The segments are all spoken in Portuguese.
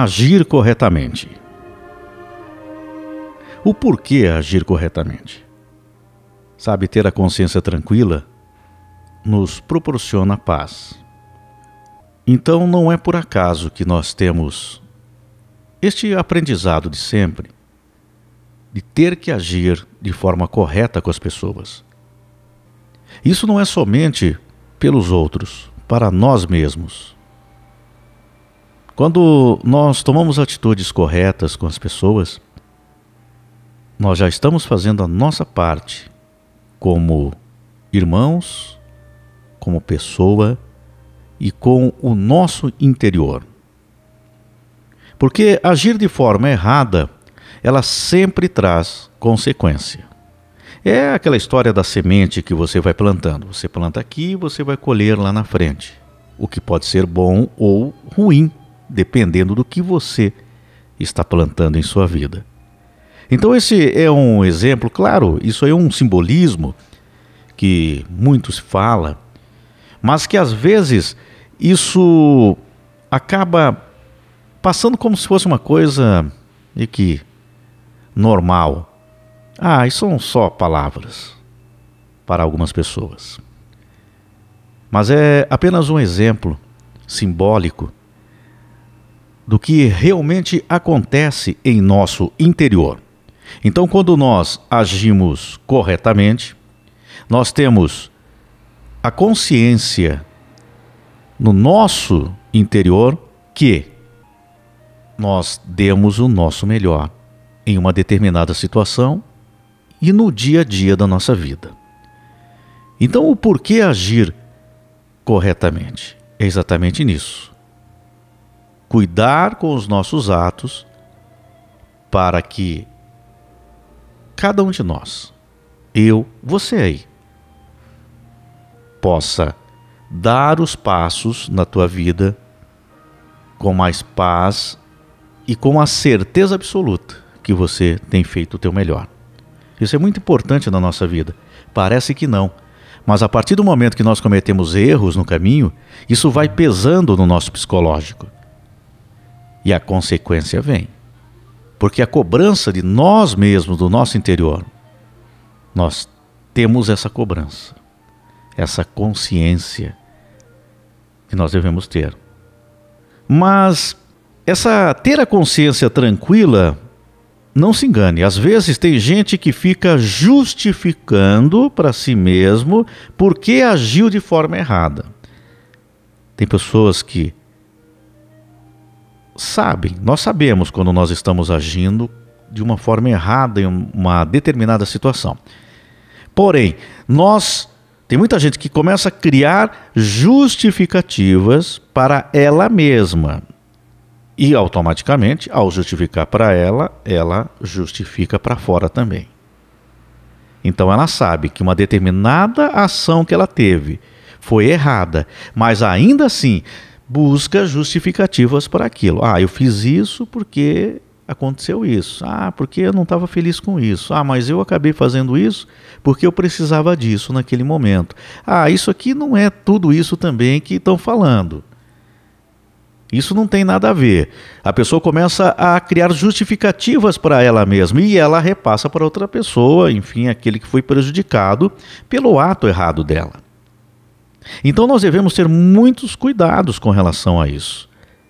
agir corretamente. O porquê agir corretamente? Sabe, ter a consciência tranquila nos proporciona paz. Então não é por acaso que nós temos este aprendizado de sempre, de ter que agir de forma correta com as pessoas. Isso não é somente pelos outros, para nós mesmos. Quando nós tomamos atitudes corretas com as pessoas, nós já estamos fazendo a nossa parte como irmãos, como pessoa e com o nosso interior. Porque agir de forma errada, ela sempre traz consequência. É aquela história da semente que você vai plantando. Você planta aqui e você vai colher lá na frente. O que pode ser bom ou ruim, dependendo do que você está plantando em sua vida. Então esse é um exemplo, claro, isso é um simbolismo que muito se fala, mas que às vezes isso acaba passando como se fosse uma coisa de que normal. Isso são só palavras para algumas pessoas. Mas é apenas um exemplo simbólico do que realmente acontece em nosso interior. Então, quando nós agimos corretamente, nós temos a consciência no nosso interior que nós demos o nosso melhor em uma determinada situação e no dia a dia da nossa vida. Então, o porquê agir corretamente? É exatamente nisso. Cuidar com os nossos atos para que cada um de nós, eu, você aí, possa dar os passos na tua vida com mais paz e com a certeza absoluta que você tem feito o teu melhor. Isso é muito importante na nossa vida. Parece que não, mas a partir do momento que nós cometemos erros no caminho, isso vai pesando no nosso psicológico. E a consequência vem. Porque a cobrança de nós mesmos, do nosso interior, nós temos essa cobrança, essa consciência que nós devemos ter. Mas ter a consciência tranquila, não se engane, às vezes tem gente que fica justificando para si mesmo porque agiu de forma errada. Tem pessoas que sabem, nós sabemos quando nós estamos agindo de uma forma errada em uma determinada situação. Porém, tem muita gente que começa a criar justificativas para ela mesma. E automaticamente, ao justificar para ela, ela justifica para fora também. Então ela sabe que uma determinada ação que ela teve foi errada, mas ainda assim busca justificativas para aquilo. Eu fiz isso porque aconteceu isso. Porque eu não estava feliz com isso. Mas eu acabei fazendo isso porque eu precisava disso naquele momento. Isso aqui não é tudo isso também que estão falando. Isso não tem nada a ver. A pessoa começa a criar justificativas para ela mesma e ela repassa para outra pessoa, enfim, aquele que foi prejudicado pelo ato errado dela. Então nós devemos ter muitos cuidados com relação a isso.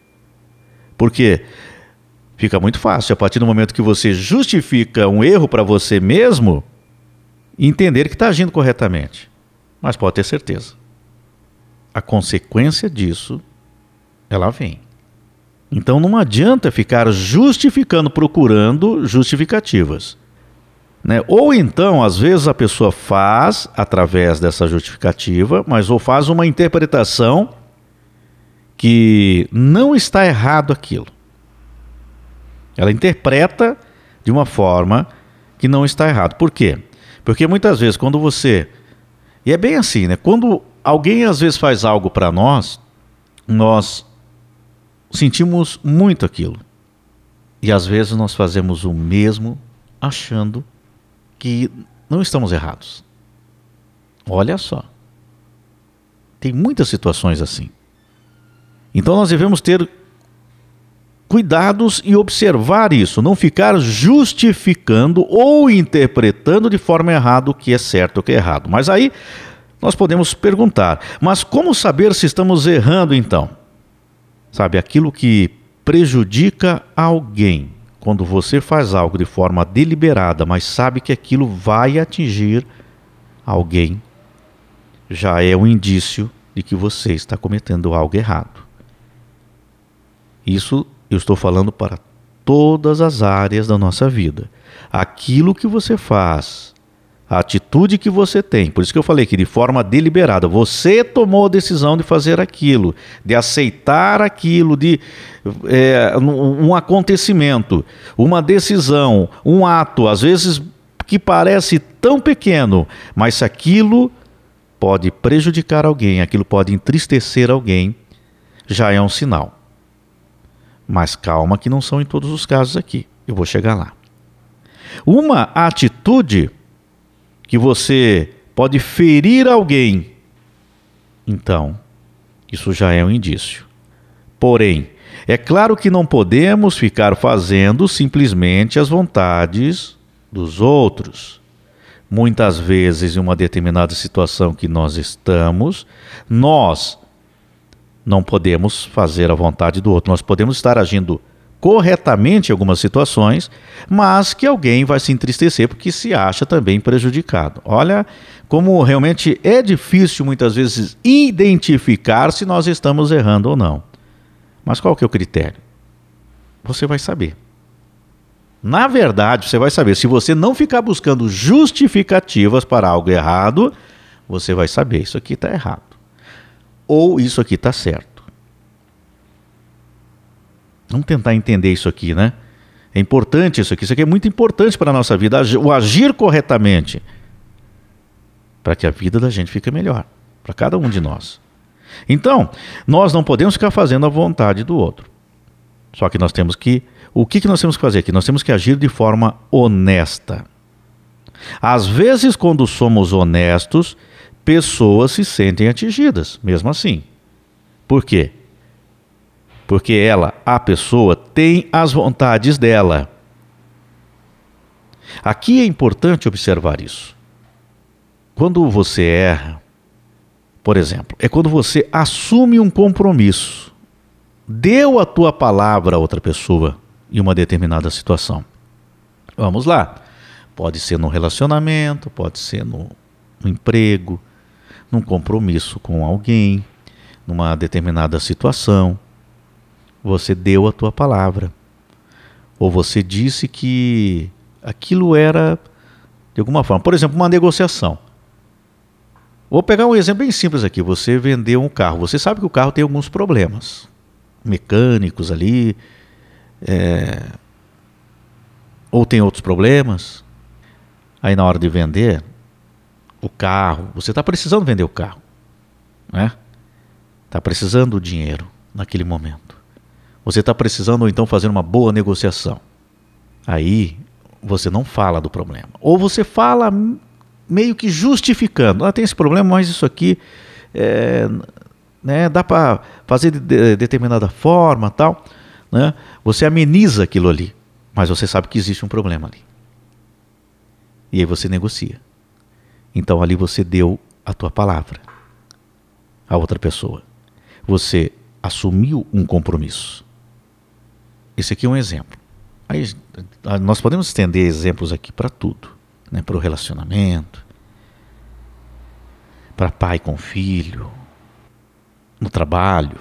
Porque fica muito fácil, a partir do momento que você justifica um erro para você mesmo, entender que está agindo corretamente. Mas pode ter certeza, a consequência disso, ela vem. Então não adianta ficar justificando, procurando justificativas. Ou então, às vezes a pessoa faz através dessa justificativa, mas ou faz uma interpretação que não está errado aquilo. Ela interpreta de uma forma que não está errado. Por quê? Porque muitas vezes quando você... E é bem assim, quando alguém às vezes faz algo para nós, nós sentimos muito aquilo. E às vezes nós fazemos o mesmo achando que não estamos errados. Olha só. Tem muitas situações assim. Então nós devemos ter cuidados e observar isso, não ficar justificando ou interpretando de forma errada o que é certo e o que é errado. Mas aí nós podemos perguntar, mas como saber se estamos errando então? Sabe, aquilo que prejudica alguém, quando você faz algo de forma deliberada, mas sabe que aquilo vai atingir alguém, já é um indício de que você está cometendo algo errado. Isso eu estou falando para todas as áreas da nossa vida. Aquilo que você faz, a atitude que você tem, por isso que eu falei que de forma deliberada, você tomou a decisão de fazer aquilo, de aceitar aquilo, de um acontecimento, uma decisão, um ato, às vezes que parece tão pequeno, mas se aquilo pode prejudicar alguém, aquilo pode entristecer alguém, já é um sinal. Mas calma que não são em todos os casos aqui. Eu vou chegar lá. Uma atitude que você pode ferir alguém, então, isso já é um indício. Porém, é claro que não podemos ficar fazendo simplesmente as vontades dos outros. Muitas vezes, em uma determinada situação que nós estamos, nós não podemos fazer a vontade do outro. Nós podemos estar agindo corretamente em algumas situações, mas que alguém vai se entristecer porque se acha também prejudicado. Olha como realmente é difícil muitas vezes identificar se nós estamos errando ou não. Mas qual que é o critério? Você vai saber. Na verdade, você vai saber. Se você não ficar buscando justificativas para algo errado, você vai saber, isso aqui está errado. Ou isso aqui está certo. Vamos tentar entender isso aqui, né? É importante isso aqui é muito importante para a nossa vida, o agir corretamente, para que a vida da gente fique melhor, para cada um de nós. Então, nós não podemos ficar fazendo a vontade do outro. Só que nós temos que... O que nós temos que fazer aqui? Nós temos que agir de forma honesta. Às vezes, quando somos honestos, pessoas se sentem atingidas, mesmo assim. Por quê? Porque a pessoa, tem as vontades dela. Aqui é importante observar isso. Quando você erra, por exemplo, é quando você assume um compromisso, deu a tua palavra a outra pessoa em uma determinada situação. Vamos lá. Pode ser no relacionamento, pode ser no emprego, num compromisso com alguém, numa determinada situação. Você deu a tua palavra. Ou você disse que aquilo era de alguma forma. Por exemplo, uma negociação. Vou pegar um exemplo bem simples aqui. Você vendeu um carro. Você sabe que o carro tem alguns problemas mecânicos ali, ou tem outros problemas. Aí na hora de vender o carro, você está precisando vender o carro, né? Está precisando do dinheiro naquele momento. Você está precisando ou então fazer uma boa negociação. Aí você não fala do problema. Ou você fala meio que justificando. Tem esse problema, mas isso aqui dá para fazer de determinada forma, tal, né? Você ameniza aquilo ali, mas você sabe que existe um problema ali. E aí você negocia. Então ali você deu a tua palavra à outra pessoa. Você assumiu um compromisso. Esse aqui é um exemplo. Aí, nós podemos estender exemplos aqui para tudo, né? Para o relacionamento, para pai com filho, no trabalho.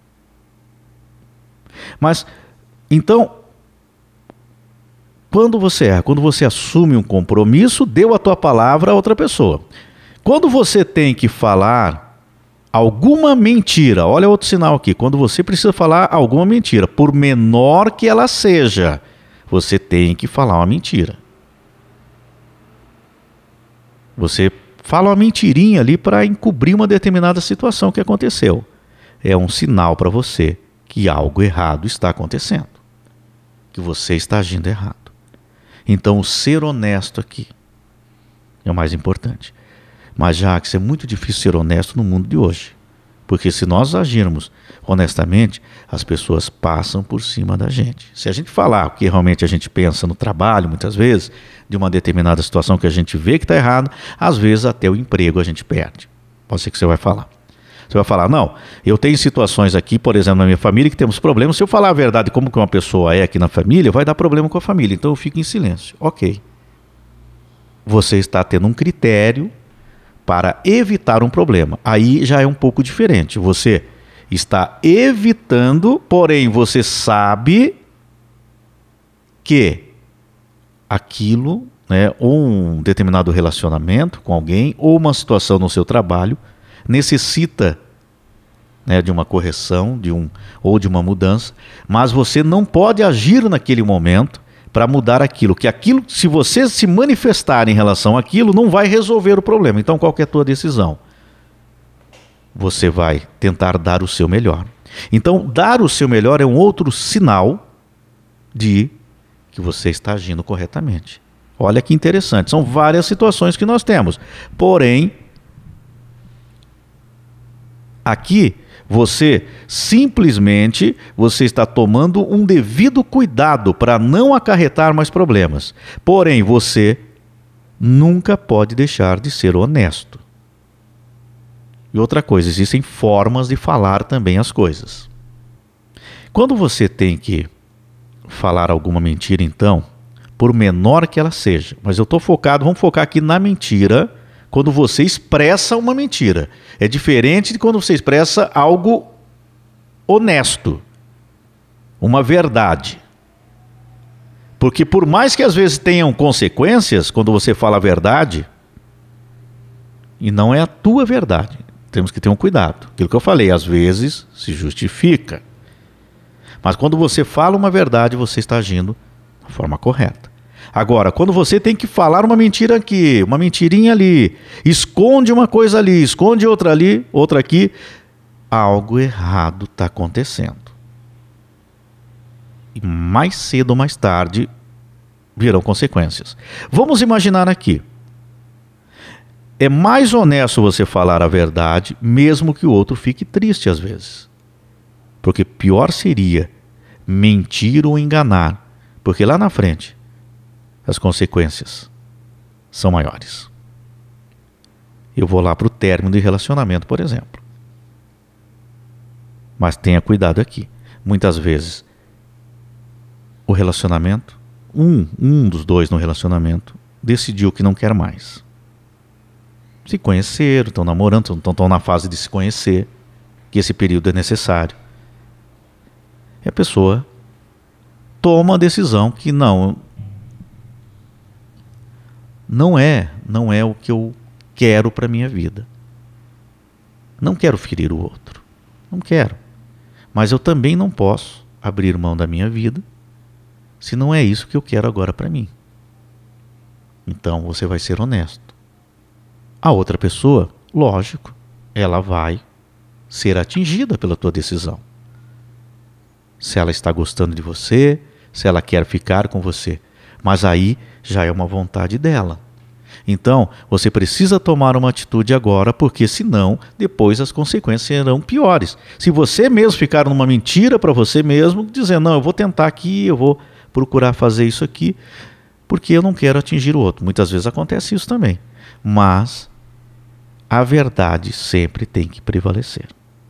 Mas, então, quando você erra, quando você assume um compromisso, deu a tua palavra a outra pessoa. Quando você tem que falar alguma mentira, olha outro sinal aqui, quando você precisa falar alguma mentira, por menor que ela seja, você tem que falar uma mentira. Você fala uma mentirinha ali para encobrir uma determinada situação que aconteceu. É um sinal para você que algo errado está acontecendo, que você está agindo errado. Então, o ser honesto aqui é o mais importante. Mas, Jacques, é muito difícil ser honesto no mundo de hoje. Porque se nós agirmos honestamente, as pessoas passam por cima da gente. Se a gente falar o que realmente a gente pensa no trabalho, muitas vezes, de uma determinada situação que a gente vê que está errado, às vezes até o emprego a gente perde. Pode ser que você vai falar. Você vai falar, não, eu tenho situações aqui, por exemplo, na minha família, que temos problemas. Se eu falar a verdade como que uma pessoa é aqui na família, vai dar problema com a família. Então eu fico em silêncio. Ok. Você está tendo um critério para evitar um problema. Aí já é um pouco diferente. Você está evitando, porém você sabe que aquilo, né, ou um determinado relacionamento com alguém, ou uma situação no seu trabalho, necessita, né, de uma correção, ou de uma mudança, mas você não pode agir naquele momento para mudar aquilo, que aquilo, se você se manifestar em relação àquilo, não vai resolver o problema. Então, qual que é a tua decisão? Você vai tentar dar o seu melhor. Então, dar o seu melhor é um outro sinal de que você está agindo corretamente. Olha que interessante, são várias situações que nós temos. Porém, aqui você simplesmente está tomando um devido cuidado para não acarretar mais problemas. Porém, você nunca pode deixar de ser honesto. E outra coisa, existem formas de falar também as coisas. Quando você tem que falar alguma mentira, então, por menor que ela seja, mas eu estou focado, vamos focar aqui na mentira, quando você expressa uma mentira. É diferente de quando você expressa algo honesto, uma verdade. Porque por mais que às vezes tenham consequências, quando você fala a verdade, e não é a tua verdade, temos que ter um cuidado. Aquilo que eu falei, às vezes se justifica. Mas quando você fala uma verdade, você está agindo da forma correta. Agora, quando você tem que falar uma mentira aqui, uma mentirinha ali, esconde uma coisa ali, esconde outra ali, outra aqui, algo errado está acontecendo. E mais cedo ou mais tarde virão consequências. Vamos imaginar aqui. É mais honesto você falar a verdade, mesmo que o outro fique triste às vezes. Porque pior seria mentir ou enganar, porque lá na frente as consequências são maiores. Eu vou lá para o término de relacionamento, por exemplo. Mas tenha cuidado aqui. Muitas vezes o relacionamento, um dos dois no relacionamento, decidiu que não quer mais. Se conheceram, estão namorando, estão na fase de se conhecer, que esse período é necessário. E a pessoa toma a decisão que não é o que eu quero para a minha vida. Não quero ferir o outro. Não quero. Mas eu também não posso abrir mão da minha vida se não é isso que eu quero agora para mim. Então você vai ser honesto. A outra pessoa, lógico, ela vai ser atingida pela tua decisão. Se ela está gostando de você, se ela quer ficar com você. Mas aí já é uma vontade dela. Então, você precisa tomar uma atitude agora, porque senão, depois as consequências serão piores. Se você mesmo ficar numa mentira para você mesmo, dizendo, não, eu vou tentar aqui, eu vou procurar fazer isso aqui, porque eu não quero atingir o outro. Muitas vezes acontece isso também. Mas a verdade sempre tem que prevalecer.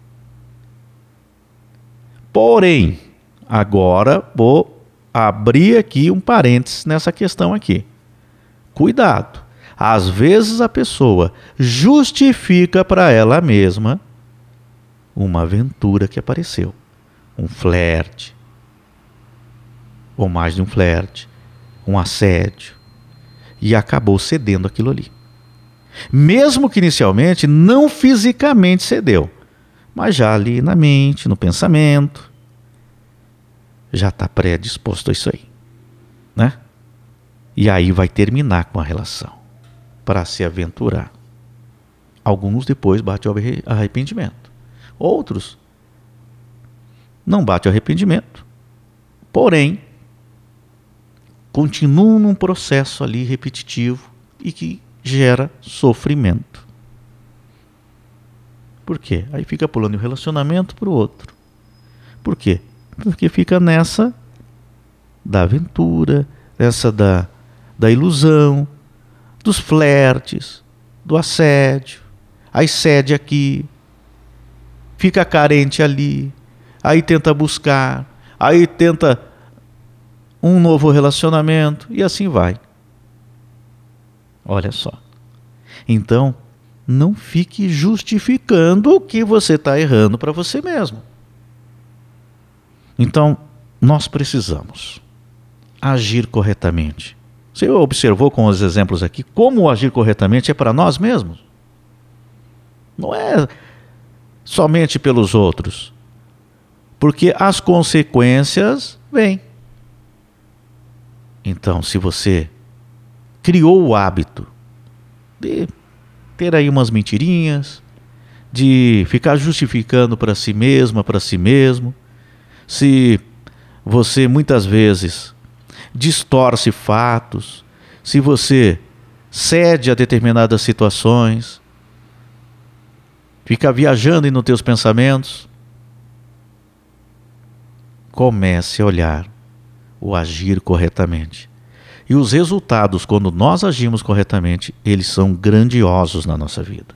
Porém, agora vou abrir aqui um parênteses nessa questão aqui. Cuidado. Às vezes a pessoa justifica para ela mesma uma aventura que apareceu. Um flerte, ou mais de um flerte, um assédio, e acabou cedendo aquilo ali. Mesmo que inicialmente não fisicamente cedeu, mas já ali na mente, no pensamento, já está predisposto a isso aí, né? E aí vai terminar com a relação, para se aventurar. Alguns depois batem o arrependimento. Outros não batem o arrependimento. Porém, continuam num processo ali repetitivo e que gera sofrimento. Por quê? Aí fica pulando de um relacionamento para o outro. Por quê? Porque fica nessa da aventura, nessa da ilusão, dos flertes, do assédio. Aí cede aqui, fica carente ali, aí tenta buscar, aí tenta um novo relacionamento e assim vai. Olha só. Então, não fique justificando o que você está errando para você mesmo. Então, nós precisamos agir corretamente. Você observou com os exemplos aqui como agir corretamente é para nós mesmos? Não é somente pelos outros. Porque as consequências vêm. Então, se você criou o hábito de ter aí umas mentirinhas, de ficar justificando para si mesma, para si mesmo, se você muitas vezes distorce fatos, se você cede a determinadas situações, fica viajando nos teus pensamentos, comece a olhar o agir corretamente. E os resultados, quando nós agimos corretamente, eles são grandiosos na nossa vida.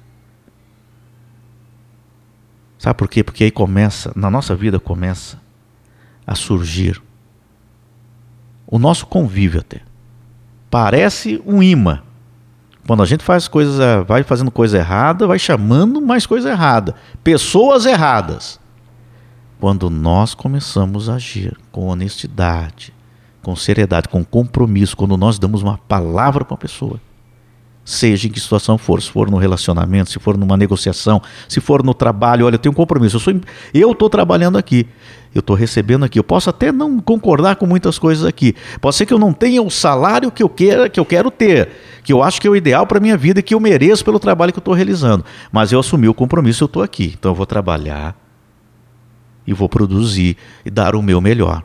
Sabe por quê? Porque aí na nossa vida começa a surgir o nosso convívio até. Parece um imã. Quando a gente faz coisas, vai fazendo coisa errada, vai chamando mais coisa errada. Pessoas erradas. Quando nós começamos a agir com honestidade, com seriedade, com compromisso, quando nós damos uma palavra para uma pessoa, seja em que situação for, se for no relacionamento, se for numa negociação, se for no trabalho, olha, eu tenho um compromisso, eu estou trabalhando aqui, eu estou recebendo aqui, eu posso até não concordar com muitas coisas aqui, pode ser que eu não tenha o salário que eu quero ter, que eu acho que é o ideal para a minha vida e que eu mereço pelo trabalho que eu estou realizando, mas eu assumi o compromisso, eu estou aqui, então eu vou trabalhar e vou produzir e dar o meu melhor.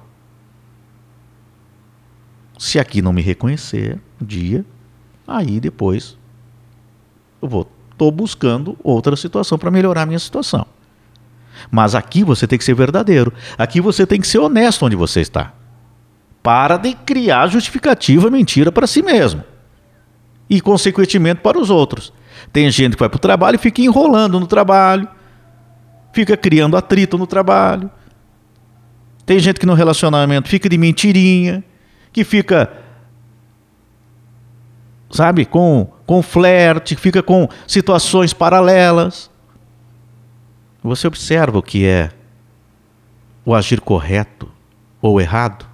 Se aqui não me reconhecer um dia, aí depois eu estou buscando outra situação para melhorar a minha situação. Mas aqui você tem que ser verdadeiro. Aqui você tem que ser honesto onde você está. Para de criar justificativa, mentira para si mesmo. E, consequentemente, para os outros. Tem gente que vai para o trabalho e fica enrolando no trabalho. Fica criando atrito no trabalho. Tem gente que no relacionamento fica de mentirinha. Que fica, sabe, com flerte, fica com situações paralelas. Você observa o que é o agir correto ou errado?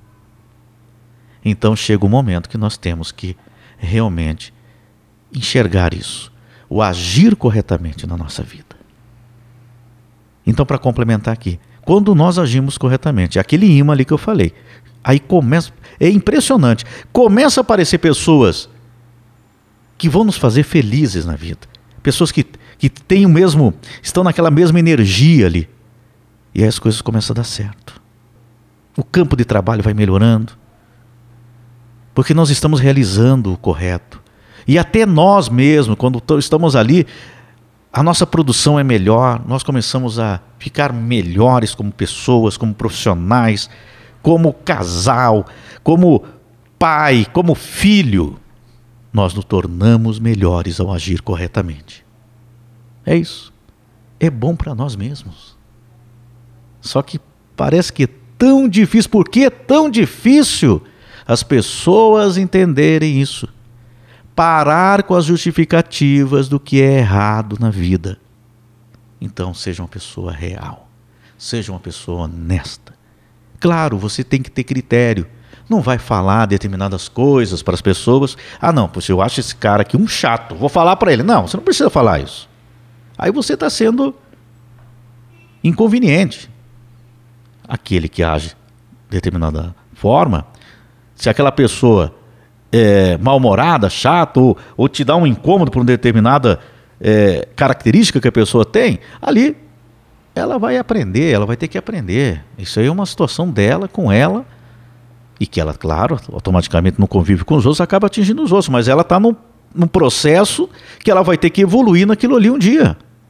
Então chega o momento que nós temos que realmente enxergar isso, o agir corretamente na nossa vida. Então, para complementar aqui, quando nós agimos corretamente, aquele imã ali que eu falei, aí começa, é impressionante, começa a aparecer pessoas que vão nos fazer felizes na vida, pessoas que têm o mesmo, estão naquela mesma energia ali, e aí as coisas começam a dar certo. O campo de trabalho vai melhorando, porque nós estamos realizando o correto, e até nós mesmos, quando estamos ali, a nossa produção é melhor, nós começamos a ficar melhores como pessoas, como profissionais, como casal, como pai, como filho. Nós nos tornamos melhores ao agir corretamente. É isso. É bom para nós mesmos. Só que parece que é tão difícil. Por que é tão difícil as pessoas entenderem isso? Parar com as justificativas do que é errado na vida. Então, seja uma pessoa real. Seja uma pessoa honesta. Claro, você tem que ter critério. Não vai falar determinadas coisas para as pessoas. Ah, não, pois eu acho esse cara aqui um chato. Vou falar para ele. Não, você não precisa falar isso. Aí você está sendo inconveniente. Aquele que age de determinada forma, se aquela pessoa mal-humorada, chato, ou te dá um incômodo por uma determinada característica que a pessoa tem, ali ela vai aprender, ela vai ter que aprender. Isso aí é uma situação dela, com ela, e que ela, claro, automaticamente no convívio com os outros, acaba atingindo os outros, mas ela está num processo que ela vai ter que evoluir naquilo ali um dia.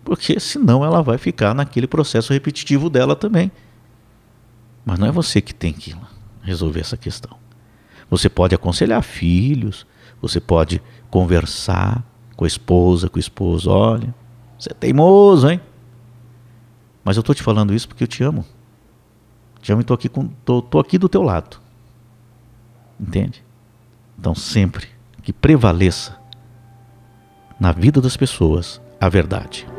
porque senão ela vai ficar naquele processo repetitivo dela também. Mas não é você que tem que resolver essa questão. Você pode aconselhar filhos, você pode conversar com a esposa, com o esposo. Olha, você é teimoso, hein? Mas eu estou te falando isso porque eu te amo. Te amo e estou aqui do teu lado. Entende? Então sempre que prevaleça na vida das pessoas a verdade.